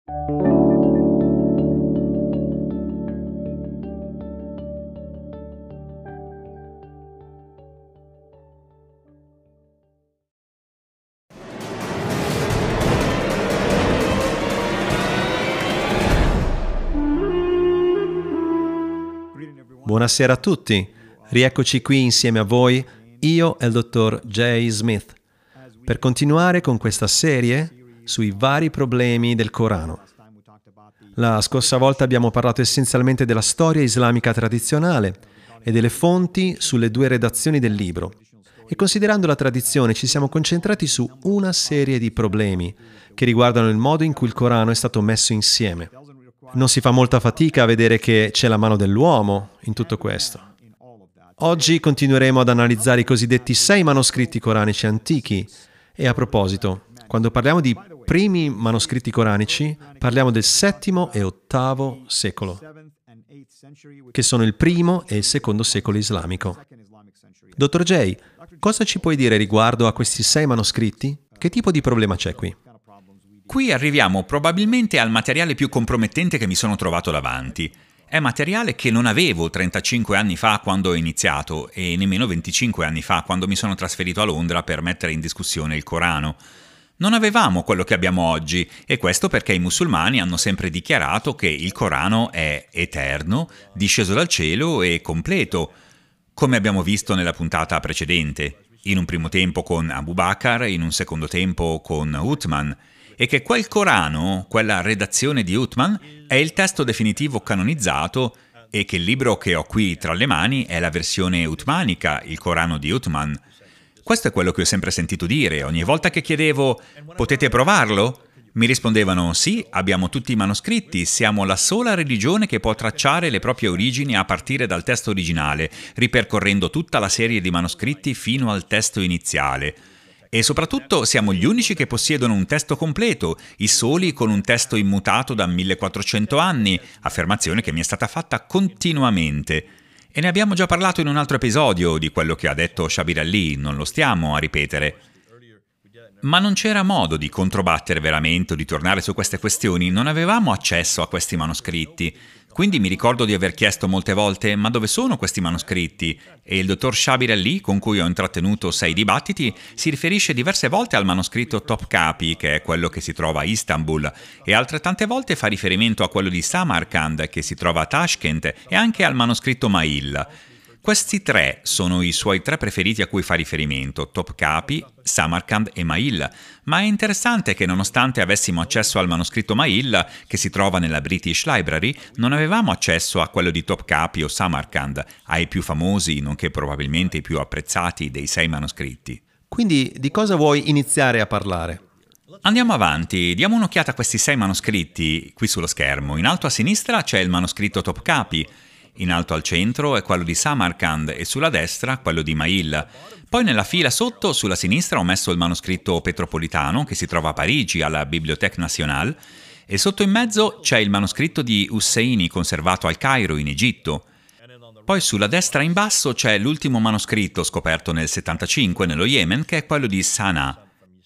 Buonasera a tutti, rieccoci qui insieme a voi, io e il dottor Jay Smith, per continuare con questa serie sui vari problemi del Corano. La scorsa volta abbiamo parlato essenzialmente della storia islamica tradizionale e delle fonti sulle due redazioni del libro. E considerando la tradizione ci siamo concentrati su una serie di problemi che riguardano il modo in cui il Corano è stato messo insieme. Non si fa molta fatica a vedere che c'è la mano dell'uomo in tutto questo. Oggi continueremo ad analizzare i cosiddetti 6 manoscritti coranici antichi e a proposito, quando parliamo di primi manoscritti coranici, parliamo del VII e VIII secolo, che sono il primo e il secondo secolo islamico. Dottor Jay, cosa ci puoi dire riguardo a questi 6 manoscritti? Che tipo di problema c'è qui? Qui arriviamo probabilmente al materiale più compromettente che mi sono trovato davanti. È materiale che non avevo 35 anni fa quando ho iniziato e nemmeno 25 anni fa quando mi sono trasferito a Londra per mettere in discussione il Corano. Non avevamo quello che abbiamo oggi e questo perché i musulmani hanno sempre dichiarato che il Corano è eterno, disceso dal cielo e completo, come abbiamo visto nella puntata precedente, in un primo tempo con Abu Bakr, in un secondo tempo con Uthman, e che quel Corano, quella redazione di Uthman, è il testo definitivo canonizzato e che il libro che ho qui tra le mani è la versione uthmanica, il Corano di Uthman. Questo è quello che ho sempre sentito dire. Ogni volta che chiedevo «Potete provarlo?» mi rispondevano «Sì, abbiamo tutti i manoscritti, siamo la sola religione che può tracciare le proprie origini a partire dal testo originale, ripercorrendo tutta la serie di manoscritti fino al testo iniziale». E soprattutto siamo gli unici che possiedono un testo completo, i soli con un testo immutato da 1400 anni, affermazione che mi è stata fatta continuamente. E ne abbiamo già parlato in un altro episodio di quello che ha detto Shabir Ali, non lo stiamo a ripetere. Ma non c'era modo di controbattere veramente o di tornare su queste questioni, non avevamo accesso a questi manoscritti. Quindi mi ricordo di aver chiesto molte volte «Ma dove sono questi manoscritti?» E il dottor Shabir Ali, con cui ho intrattenuto 6 dibattiti, si riferisce diverse volte al manoscritto Topkapi, che è quello che si trova a Istanbul, e altrettante volte fa riferimento a quello di Samarkand, che si trova a Tashkent, e anche al manoscritto Mail. Questi 3 sono i suoi 3 preferiti a cui fa riferimento, Topkapi, Samarkand e Mail, ma è interessante che nonostante avessimo accesso al manoscritto Mail, che si trova nella British Library, non avevamo accesso a quello di Topkapi o Samarkand, ai più famosi, nonché probabilmente i più apprezzati dei 6 manoscritti. Quindi di cosa vuoi iniziare a parlare? Andiamo avanti, diamo un'occhiata a questi 6 manoscritti qui sullo schermo. In alto a sinistra c'è il manoscritto Topkapi, in alto al centro è quello di Samarkand e sulla destra quello di Mail. Poi nella fila sotto, sulla sinistra, ho messo il manoscritto Petropolitano, che si trova a Parigi, alla Bibliothèque Nationale, e sotto in mezzo c'è il manoscritto di Husseini, conservato al Cairo, in Egitto. Poi sulla destra in basso c'è l'ultimo manoscritto, scoperto nel 75 nello Yemen, che è quello di Sana'a.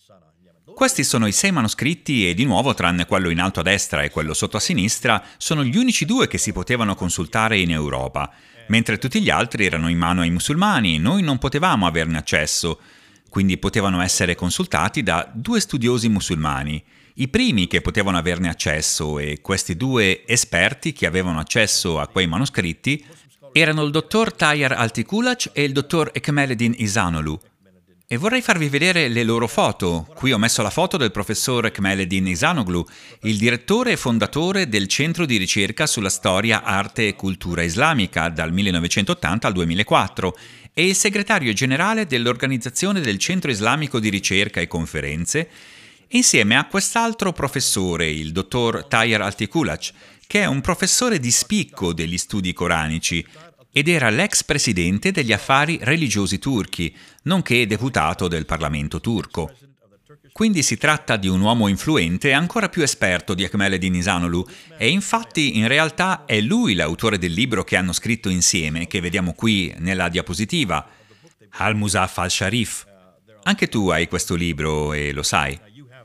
Questi sono i 6 manoscritti e di nuovo, tranne quello in alto a destra e quello sotto a sinistra, sono gli unici 2 che si potevano consultare in Europa, mentre tutti gli altri erano in mano ai musulmani, noi non potevamo averne accesso, quindi potevano essere consultati da 2 studiosi musulmani. I primi che potevano averne accesso e questi 2 esperti che avevano accesso a quei manoscritti erano il dottor Tayyar Altikulac e il dottor Ekmeleddin Ihsanoglu. E vorrei farvi vedere le loro foto. Qui ho messo la foto del professor Ekmeleddin Ihsanoglu, il direttore e fondatore del Centro di ricerca sulla storia, arte e cultura islamica dal 1980 al 2004 e il segretario generale dell'Organizzazione del Centro Islamico di Ricerca e Conferenze, insieme a quest'altro professore, il dottor Tayyar Altikulac, che è un professore di spicco degli studi coranici, ed era l'ex presidente degli affari religiosi turchi, nonché deputato del Parlamento turco. Quindi si tratta di un uomo influente e ancora più esperto di Ekmeleddin Ihsanoglu, e infatti in realtà è lui l'autore del libro che hanno scritto insieme, che vediamo qui nella diapositiva, Al-Muzaff al-Sharif. Anche tu hai questo libro e lo sai.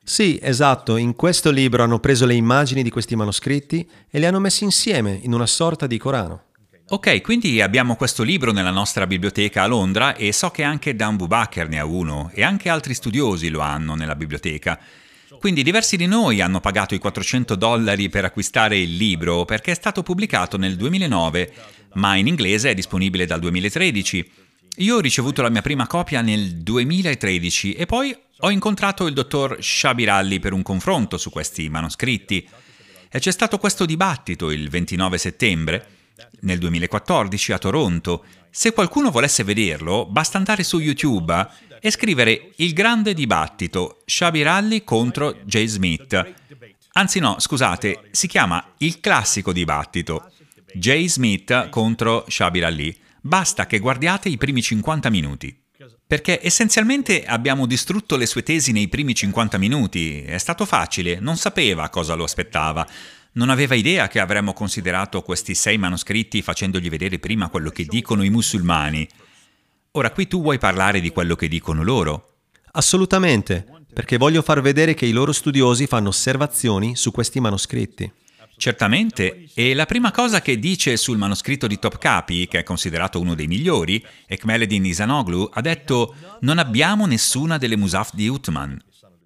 Sì, esatto, in questo libro hanno preso le immagini di questi manoscritti e le hanno messe insieme in una sorta di Corano. Ok, quindi abbiamo questo libro nella nostra biblioteca a Londra e so che anche Dan Bubaker ne ha uno e anche altri studiosi lo hanno nella biblioteca. Quindi diversi di noi hanno pagato i $400 per acquistare il libro perché è stato pubblicato nel 2009, ma in inglese è disponibile dal 2013. Io ho ricevuto la mia prima copia nel 2013 e poi ho incontrato il dottor Shabiralli per un confronto su questi manoscritti. E c'è stato questo dibattito il 29 settembre, nel 2014 a Toronto. Se qualcuno volesse vederlo, basta andare su YouTube e scrivere Il grande dibattito, Shabiralli contro J. Smith. Anzi no, scusate, si chiama Il classico dibattito, J. Smith contro Shabiralli. Basta che guardiate i primi 50 minuti. Perché essenzialmente abbiamo distrutto le sue tesi nei primi 50 minuti. È stato facile, non sapeva cosa lo aspettava. Non aveva idea che avremmo considerato questi 6 manoscritti facendogli vedere prima quello che dicono i musulmani. Ora qui tu vuoi parlare di quello che dicono loro? Assolutamente, perché voglio far vedere che i loro studiosi fanno osservazioni su questi manoscritti. Certamente, e la prima cosa che dice sul manoscritto di Topkapi, che è considerato uno dei migliori, Ekmeleddin Ihsanoglu, ha detto «Non abbiamo nessuna delle Musaf di Uthman».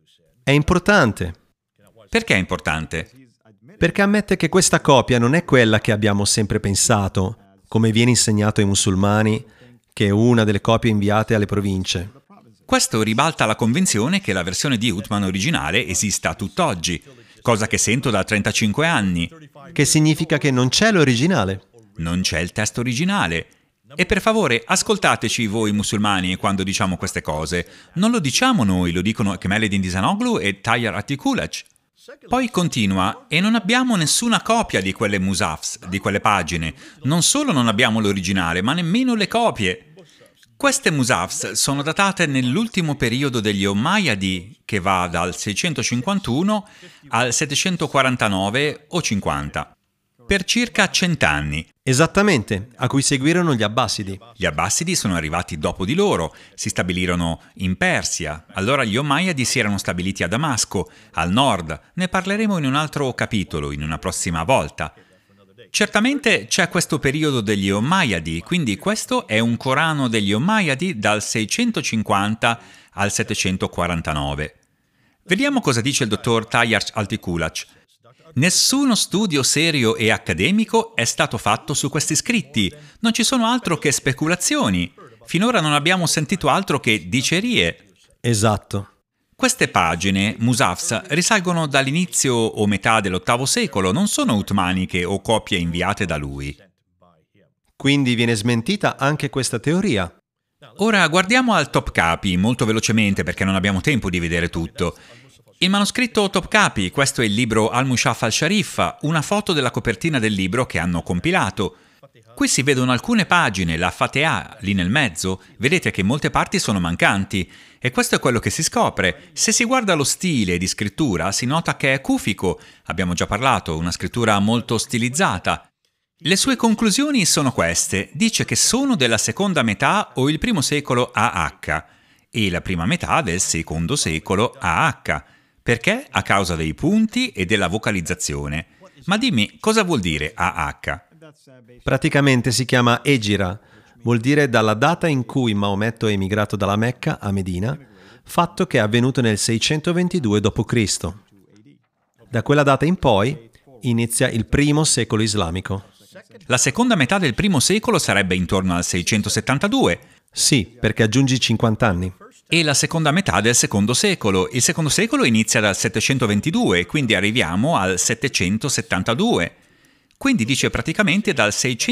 È importante, Perché è importante? perché ammette che questa copia non è quella che abbiamo sempre pensato, come viene insegnato ai musulmani, che è una delle copie inviate alle province. Questo ribalta la convinzione che la versione di Uthman originale esista tutt'oggi, cosa che sento da 35 anni. Che significa che non c'è l'originale. Non c'è il testo originale. E per favore, ascoltateci voi musulmani quando diciamo queste cose. Non lo diciamo noi, lo dicono Ekmeleddin Ihsanoglu e Tayyar Atikullah. Poi continua, e non abbiamo nessuna copia di quelle musafs, di quelle pagine. Non solo non abbiamo l'originale, ma nemmeno le copie. Queste musafs sono datate nell'ultimo periodo degli Omayyadi, che va dal 651 al 749 o 50, per circa 100 anni. Esattamente, a cui seguirono gli Abbasidi. Gli Abbasidi sono arrivati dopo di loro, si stabilirono in Persia, allora gli Omayyadi si erano stabiliti a Damasco, al nord. Ne parleremo in un altro capitolo, in una prossima volta. Certamente c'è questo periodo degli Omayyadi, quindi questo è un Corano degli Omayyadi dal 650 al 749. Vediamo cosa dice il dottor Tayyar Atikullah. Nessuno studio serio e accademico è stato fatto su questi scritti, non ci sono altro che speculazioni. Finora non abbiamo sentito altro che dicerie. Esatto. Queste pagine, musafs, risalgono dall'inizio o metà dell'VIII secolo, non sono uthmaniche o copie inviate da lui. Quindi viene smentita anche questa teoria. Ora guardiamo al Topkapi molto velocemente perché non abbiamo tempo di vedere tutto. Il manoscritto Topkapi, questo è il libro Al-Mushaf al-Sharif, una foto della copertina del libro che hanno compilato. Qui si vedono alcune pagine, la Fatiha lì nel mezzo, vedete che molte parti sono mancanti e questo è quello che si scopre. Se si guarda lo stile di scrittura si nota che è kufico, abbiamo già parlato, una scrittura molto stilizzata. Le sue conclusioni sono queste, dice che sono della seconda metà o il primo secolo AH e la prima metà del secondo secolo AH. Perché? A causa dei punti e della vocalizzazione. Ma dimmi, cosa vuol dire AH? Praticamente si chiama Egira, vuol dire dalla data in cui Maometto è emigrato dalla Mecca a Medina, fatto che è avvenuto nel 622 d.C. Da quella data in poi inizia il primo secolo islamico. La seconda metà del primo secolo sarebbe intorno al 672. Sì, perché aggiungi 50 anni. E la seconda metà del secondo secolo. Il secondo secolo inizia dal 722, quindi arriviamo al 772. Quindi dice praticamente dal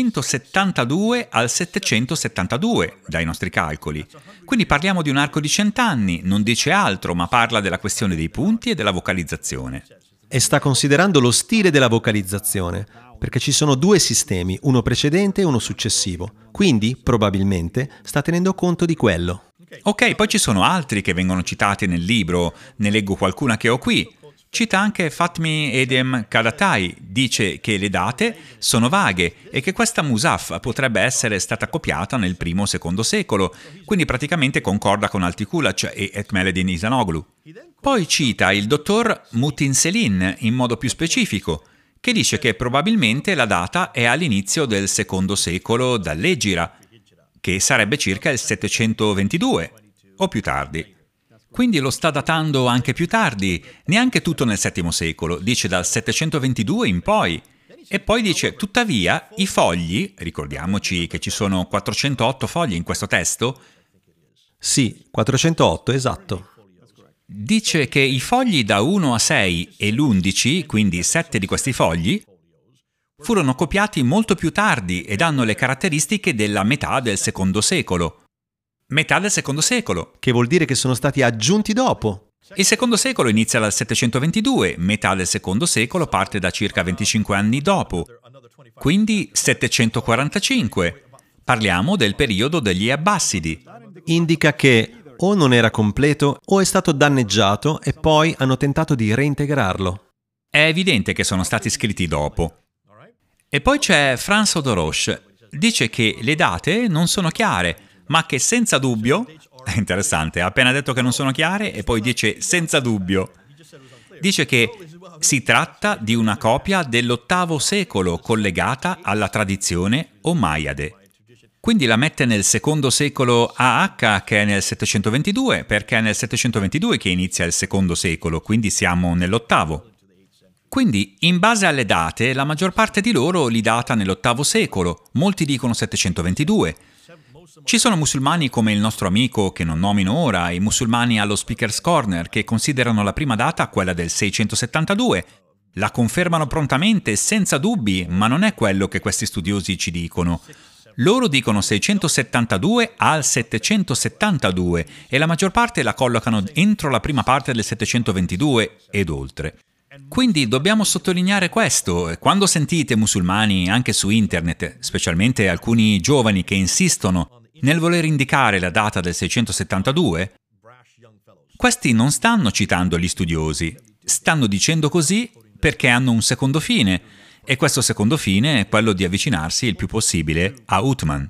672 al 772, dai nostri calcoli. Quindi parliamo di un arco di 100 anni, non dice altro, ma parla della questione dei punti e della vocalizzazione. E sta considerando lo stile della vocalizzazione, perché ci sono 2 sistemi, uno precedente e uno successivo. Quindi, probabilmente, sta tenendo conto di quello. Ok, poi ci sono altri che vengono citati nel libro, ne leggo qualcuna che ho qui. Cita anche Fatmi Edem Kadatai, dice che le date sono vaghe e che questa Musaf potrebbe essere stata copiata nel primo o secondo secolo, quindi praticamente concorda con Atikullah e Ekmeleddin Ihsanoglu. Poi cita il dottor Mutin Selin in modo più specifico, che dice che probabilmente la data è all'inizio del secondo secolo dall'Egira, che sarebbe circa il 722 o più tardi. Quindi lo sta datando anche più tardi, neanche tutto nel VII secolo, dice dal 722 in poi. E poi dice, tuttavia, i fogli, ricordiamoci che ci sono 408 fogli in questo testo, Sì, 408, esatto. dice che i fogli da 1 a 6 e l'11, quindi 7 di questi fogli, furono copiati molto più tardi ed hanno le caratteristiche della metà del secondo secolo. Metà del secondo secolo. Che vuol dire che sono stati aggiunti dopo. Il secondo secolo inizia dal 722, metà del secondo secolo parte da circa 25 anni dopo, quindi 745. Parliamo del periodo degli Abbasidi. Indica che o non era completo o è stato danneggiato e poi hanno tentato di reintegrarlo. È evidente che sono stati scritti dopo. E poi c'è Franz Odorosch. Dice che le date non sono chiare, ma che senza dubbio... È interessante, ha appena detto che non sono chiare e poi dice senza dubbio. Dice che si tratta di una copia dell'VIII secolo collegata alla tradizione omaiade. Quindi la mette nel secondo secolo AH, che è nel 722, perché è nel 722 che inizia il secondo secolo, quindi siamo nell'VIII. Quindi, in base alle date, la maggior parte di loro li data nell'VIII secolo, molti dicono 722. Ci sono musulmani come il nostro amico, che non nomino ora, i musulmani allo Speaker's Corner, che considerano la prima data quella del 672. La confermano prontamente, senza dubbi, ma non è quello che questi studiosi ci dicono. Loro dicono 672 al 772 e la maggior parte la collocano entro la prima parte del 722 ed oltre. Quindi dobbiamo sottolineare questo. Quando sentite musulmani anche su internet, specialmente alcuni giovani che insistono nel voler indicare la data del 672, questi non stanno citando gli studiosi, stanno dicendo così perché hanno un secondo fine, e questo secondo fine è quello di avvicinarsi il più possibile a Uthman.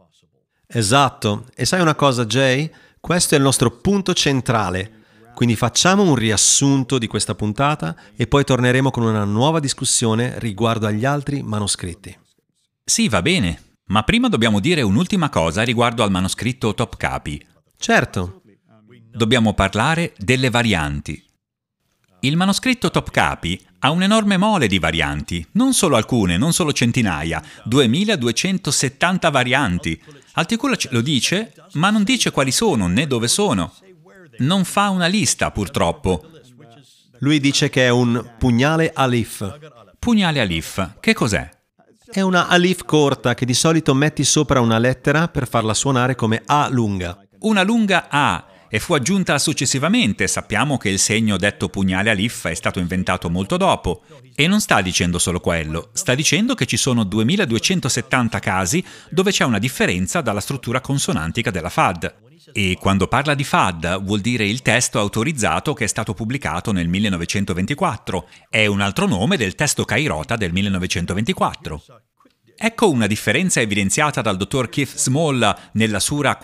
Esatto. E sai una cosa, Jay? Questo è il nostro punto centrale. Quindi facciamo un riassunto di questa puntata e poi torneremo con una nuova discussione riguardo agli altri manoscritti. Sì, va bene, ma prima dobbiamo dire un'ultima cosa riguardo al manoscritto Topkapi. Certo. Dobbiamo parlare delle varianti. Il manoscritto Topkapi ha un'enorme mole di varianti, non solo alcune, non solo centinaia, 2270 varianti. Alticula lo dice, ma non dice quali sono né dove sono. Non fa una lista, purtroppo. Lui dice che è un pugnale alif. Pugnale alif, che cos'è? È una alif corta che di solito metti sopra una lettera per farla suonare come A lunga. Una lunga A, e fu aggiunta successivamente. Sappiamo che il segno detto pugnale alif è stato inventato molto dopo. E non sta dicendo solo quello, sta dicendo che ci sono 2270 casi dove c'è una differenza dalla struttura consonantica della FAD. E quando parla di FAD vuol dire il testo autorizzato che è stato pubblicato nel 1924. È un altro nome del testo Cairota del 1924. Ecco una differenza evidenziata dal dottor Keith Small nella Sura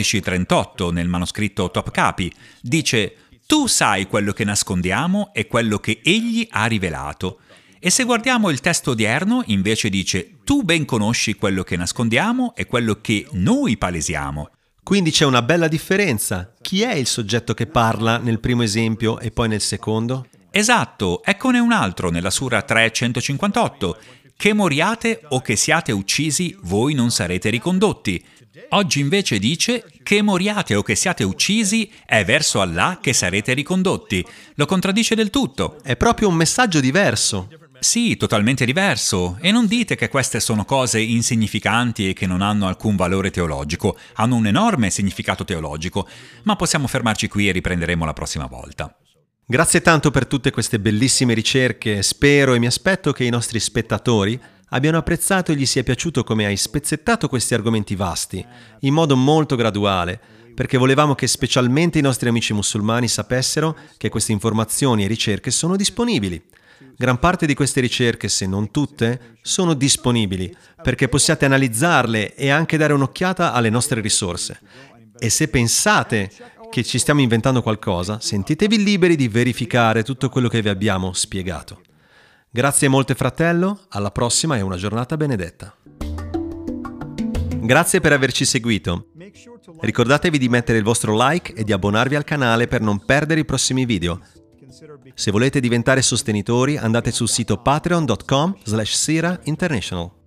1438 nel manoscritto Topkapi. Dice: tu sai quello che nascondiamo e quello che egli ha rivelato. E se guardiamo il testo odierno, invece dice: tu ben conosci quello che nascondiamo e quello che noi palesiamo. Quindi c'è una bella differenza. Chi è il soggetto che parla nel primo esempio e poi nel secondo? Esatto, eccone un altro nella Sura 3:158. Che moriate o che siate uccisi, voi non sarete ricondotti. Oggi invece dice: che moriate o che siate uccisi, è verso Allah che sarete ricondotti. Lo contraddice del tutto. È proprio un messaggio diverso. Sì, totalmente diverso. E non dite che queste sono cose insignificanti e che non hanno alcun valore teologico. Hanno un enorme significato teologico. Ma possiamo fermarci qui e riprenderemo la prossima volta. Grazie tanto per tutte queste bellissime ricerche. Spero e mi aspetto che i nostri spettatori abbiano apprezzato e gli sia piaciuto come hai spezzettato questi argomenti vasti, in modo molto graduale, perché volevamo che specialmente i nostri amici musulmani sapessero che queste informazioni e ricerche sono disponibili. Gran parte di queste ricerche, se non tutte, sono disponibili, perché possiate analizzarle e anche dare un'occhiata alle nostre risorse. E se pensate che ci stiamo inventando qualcosa, sentitevi liberi di verificare tutto quello che vi abbiamo spiegato. Grazie molte fratello, alla prossima e una giornata benedetta. Grazie per averci seguito. Ricordatevi di mettere il vostro like e di abbonarvi al canale per non perdere i prossimi video. Se volete diventare sostenitori, andate sul sito patreon.com/SIRA International.